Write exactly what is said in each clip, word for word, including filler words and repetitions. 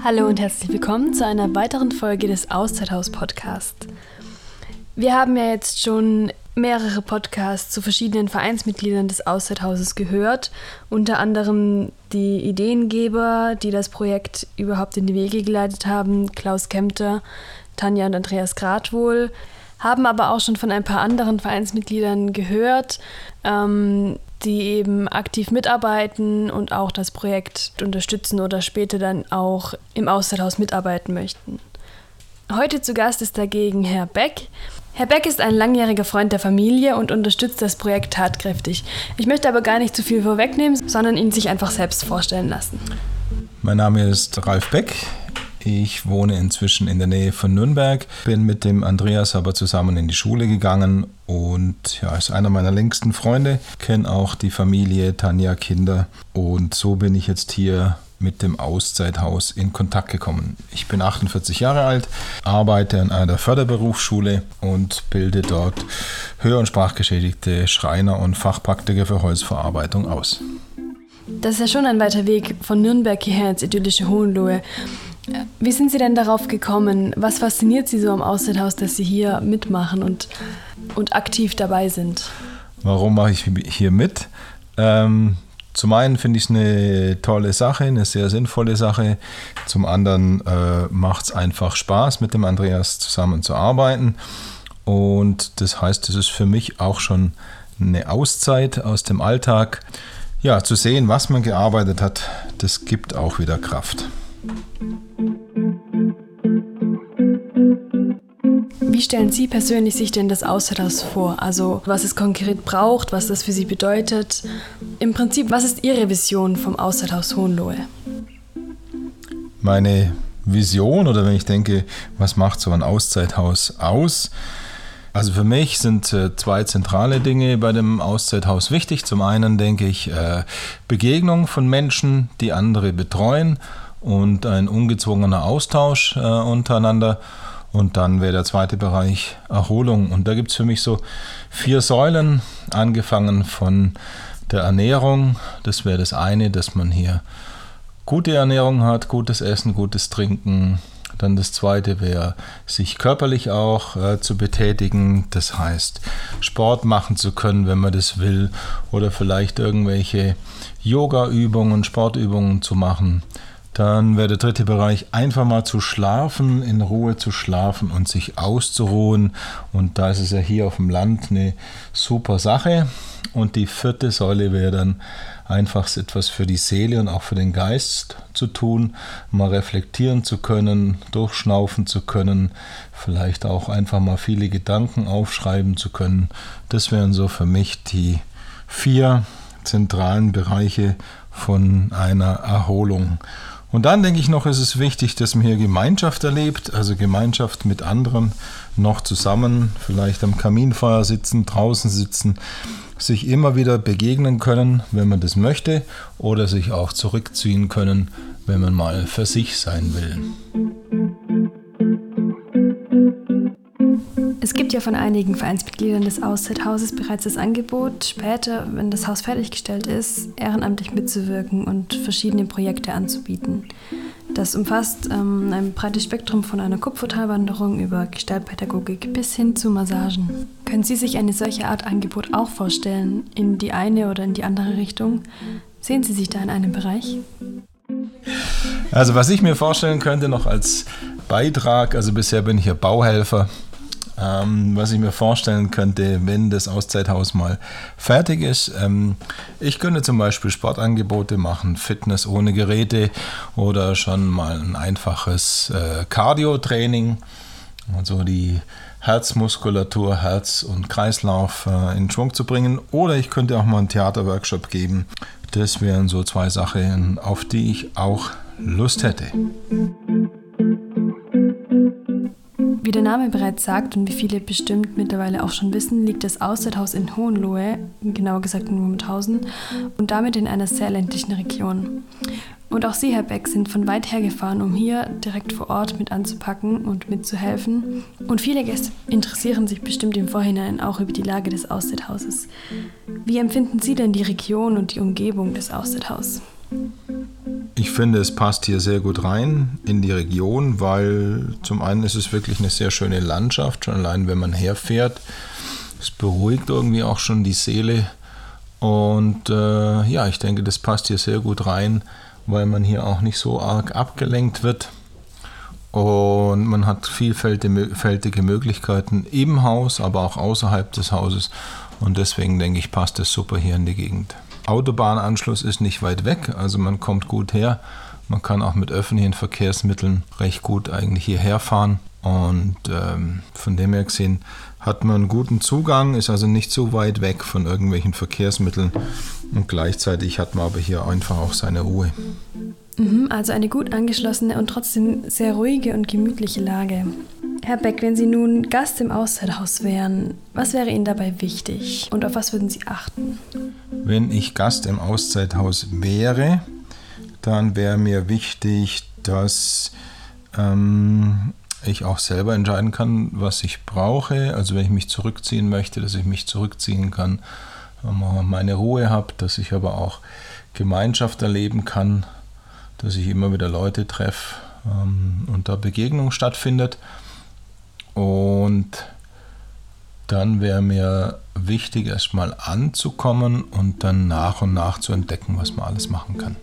Hallo und herzlich willkommen zu einer weiteren Folge des Auszeithaus-Podcasts. Wir haben ja jetzt schon mehrere Podcasts zu verschiedenen Vereinsmitgliedern des Auszeithauses gehört, unter anderem die Ideengeber, die das Projekt überhaupt in die Wege geleitet haben, Klaus Kempter, Tanja und Andreas Gradwohl, haben aber auch schon von ein paar anderen Vereinsmitgliedern gehört, ähm, die eben aktiv mitarbeiten und auch das Projekt unterstützen oder später dann auch im Auszeithaus mitarbeiten möchten. Heute zu Gast ist dagegen Herr Beck. Herr Beck ist ein langjähriger Freund der Familie und unterstützt das Projekt tatkräftig. Ich möchte aber gar nicht zu viel vorwegnehmen, sondern ihn sich einfach selbst vorstellen lassen. Mein Name ist Ralf Beck. Ich wohne inzwischen in der Nähe von Nürnberg, bin mit dem Andreas aber zusammen in die Schule gegangen und ja, ist einer meiner längsten Freunde, kenne auch die Familie, Tanja, Kinder und so bin ich jetzt hier mit dem Auszeithaus in Kontakt gekommen. Ich bin achtundvierzig Jahre alt, arbeite an einer Förderberufsschule und bilde dort Hör- und Sprachgeschädigte Schreiner und Fachpraktiker für Holzverarbeitung aus. Das ist ja schon ein weiter Weg von Nürnberg hierher ins idyllische Hohenlohe. Wie sind Sie denn darauf gekommen? Was fasziniert Sie so am Auszeithaus, dass Sie hier mitmachen und, und aktiv dabei sind? Warum mache ich hier mit? Ähm, zum einen finde ich es eine tolle Sache, eine sehr sinnvolle Sache. Zum anderen äh, macht es einfach Spaß, mit dem Andreas zusammen zu arbeiten. Und das heißt, es ist für mich auch schon eine Auszeit aus dem Alltag. Ja, zu sehen, was man gearbeitet hat, das gibt auch wieder Kraft. Wie stellen Sie persönlich sich denn das Auszeithaus vor? Also was es konkret braucht, was das für Sie bedeutet? Im Prinzip, was ist Ihre Vision vom Auszeithaus Hohenlohe? Meine Vision, oder wenn ich denke, was macht so ein Auszeithaus aus? Also für mich sind äh, zwei zentrale Dinge bei dem Auszeithaus wichtig. Zum einen denke ich äh, Begegnung von Menschen, die andere betreuen und ein ungezwungener Austausch äh, untereinander. Und dann wäre der zweite Bereich Erholung. Und da gibt es für mich so vier Säulen, angefangen von der Ernährung. Das wäre das eine, dass man hier gute Ernährung hat, gutes Essen, gutes Trinken. Dann das zweite wäre, sich körperlich auch äh, zu betätigen. Das heißt, Sport machen zu können, wenn man das will. Oder vielleicht irgendwelche Yoga-Übungen, Sportübungen zu machen. Dann wäre der dritte Bereich, einfach mal zu schlafen, in Ruhe zu schlafen und sich auszuruhen. Und da ist es ja hier auf dem Land eine super Sache. Und die vierte Säule wäre dann einfach etwas für die Seele und auch für den Geist zu tun, mal reflektieren zu können, durchschnaufen zu können, vielleicht auch einfach mal viele Gedanken aufschreiben zu können. Das wären so für mich die vier zentralen Bereiche von einer Erholung. Und dann denke ich noch, ist es wichtig, dass man hier Gemeinschaft erlebt, also Gemeinschaft mit anderen, noch zusammen, vielleicht am Kaminfeuer sitzen, draußen sitzen, sich immer wieder begegnen können, wenn man das möchte, oder sich auch zurückziehen können, wenn man mal für sich sein will. Es gibt ja von einigen Vereinsmitgliedern des Auszeithauses bereits das Angebot, später, wenn das Haus fertiggestellt ist, ehrenamtlich mitzuwirken und verschiedene Projekte anzubieten. Das umfasst ähm, ein breites Spektrum von einer Kupfertalwanderung über Gestaltpädagogik bis hin zu Massagen. Können Sie sich eine solche Art Angebot auch vorstellen, in die eine oder in die andere Richtung? Sehen Sie sich da in einem Bereich? Also was ich mir vorstellen könnte noch als Beitrag, also bisher bin ich ja Bauhelfer, Ähm, was ich mir vorstellen könnte, wenn das Auszeithaus mal fertig ist. Ähm, ich könnte zum Beispiel Sportangebote machen, Fitness ohne Geräte oder schon mal ein einfaches äh, Cardio-Training, also die Herzmuskulatur, Herz und Kreislauf äh, in Schwung zu bringen. Oder ich könnte auch mal einen Theaterworkshop geben. Das wären so zwei Sachen, auf die ich auch Lust hätte. Wie der Name bereits sagt und wie viele bestimmt mittlerweile auch schon wissen, liegt das Auszeithaus in Hohenlohe, genauer gesagt in Wurmthausen, und damit in einer sehr ländlichen Region. Und auch Sie, Herr Beck, sind von weit her gefahren, um hier direkt vor Ort mit anzupacken und mitzuhelfen. Und viele Gäste interessieren sich bestimmt im Vorhinein auch über die Lage des Auszeithauses. Wie empfinden Sie denn die Region und die Umgebung des Auszeithauses? Ich finde, es passt hier sehr gut rein in die Region, weil zum einen ist es wirklich eine sehr schöne Landschaft, schon allein wenn man herfährt. Es beruhigt irgendwie auch schon die Seele. Und äh, ja, ich denke, das passt hier sehr gut rein, weil man hier auch nicht so arg abgelenkt wird. Und man hat vielfältige Möglichkeiten im Haus, aber auch außerhalb des Hauses. Und deswegen denke ich, passt es super hier in die Gegend. Autobahnanschluss ist nicht weit weg, also man kommt gut her. Man kann auch mit öffentlichen Verkehrsmitteln recht gut eigentlich hierher fahren. Und ähm, von dem her gesehen hat man einen guten Zugang, ist also nicht so weit weg von irgendwelchen Verkehrsmitteln. Und gleichzeitig hat man aber hier einfach auch seine Ruhe. Also eine gut angeschlossene und trotzdem sehr ruhige und gemütliche Lage. Herr Beck, wenn Sie nun Gast im Auszeithaus wären, was wäre Ihnen dabei wichtig und auf was würden Sie achten? Wenn ich Gast im Auszeithaus wäre, dann wäre mir wichtig, dass ähm, ich auch selber entscheiden kann, was ich brauche. Also wenn ich mich zurückziehen möchte, dass ich mich zurückziehen kann, meine Ruhe habe, dass ich aber auch Gemeinschaft erleben kann, dass ich immer wieder Leute treffe ähm, und da Begegnung stattfindet. Und dann wäre mir wichtig, erstmal anzukommen und dann nach und nach zu entdecken, was man alles machen kann.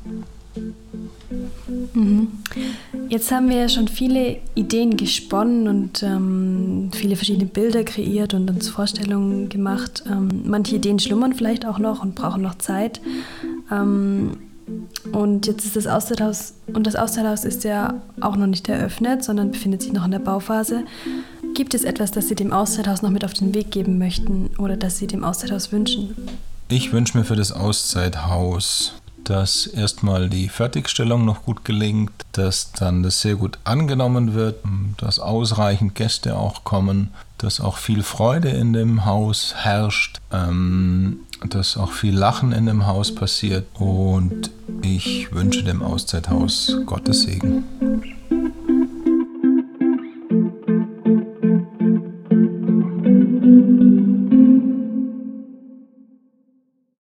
Mhm. Jetzt haben wir ja schon viele Ideen gesponnen und ähm, viele verschiedene Bilder kreiert und uns Vorstellungen gemacht. Ähm, manche Ideen schlummern vielleicht auch noch und brauchen noch Zeit. Ähm, Und jetzt ist das Auszeithaus, und das Auszeithaus ist ja auch noch nicht eröffnet, sondern befindet sich noch in der Bauphase. Gibt es etwas, das Sie dem Auszeithaus noch mit auf den Weg geben möchten oder das Sie dem Auszeithaus wünschen? Ich wünsche mir für das Auszeithaus, dass erstmal die Fertigstellung noch gut gelingt, dass dann das sehr gut angenommen wird, dass ausreichend Gäste auch kommen, dass auch viel Freude in dem Haus herrscht, ähm, dass auch viel Lachen in dem Haus passiert und ich wünsche dem Auszeithaus Gottes Segen.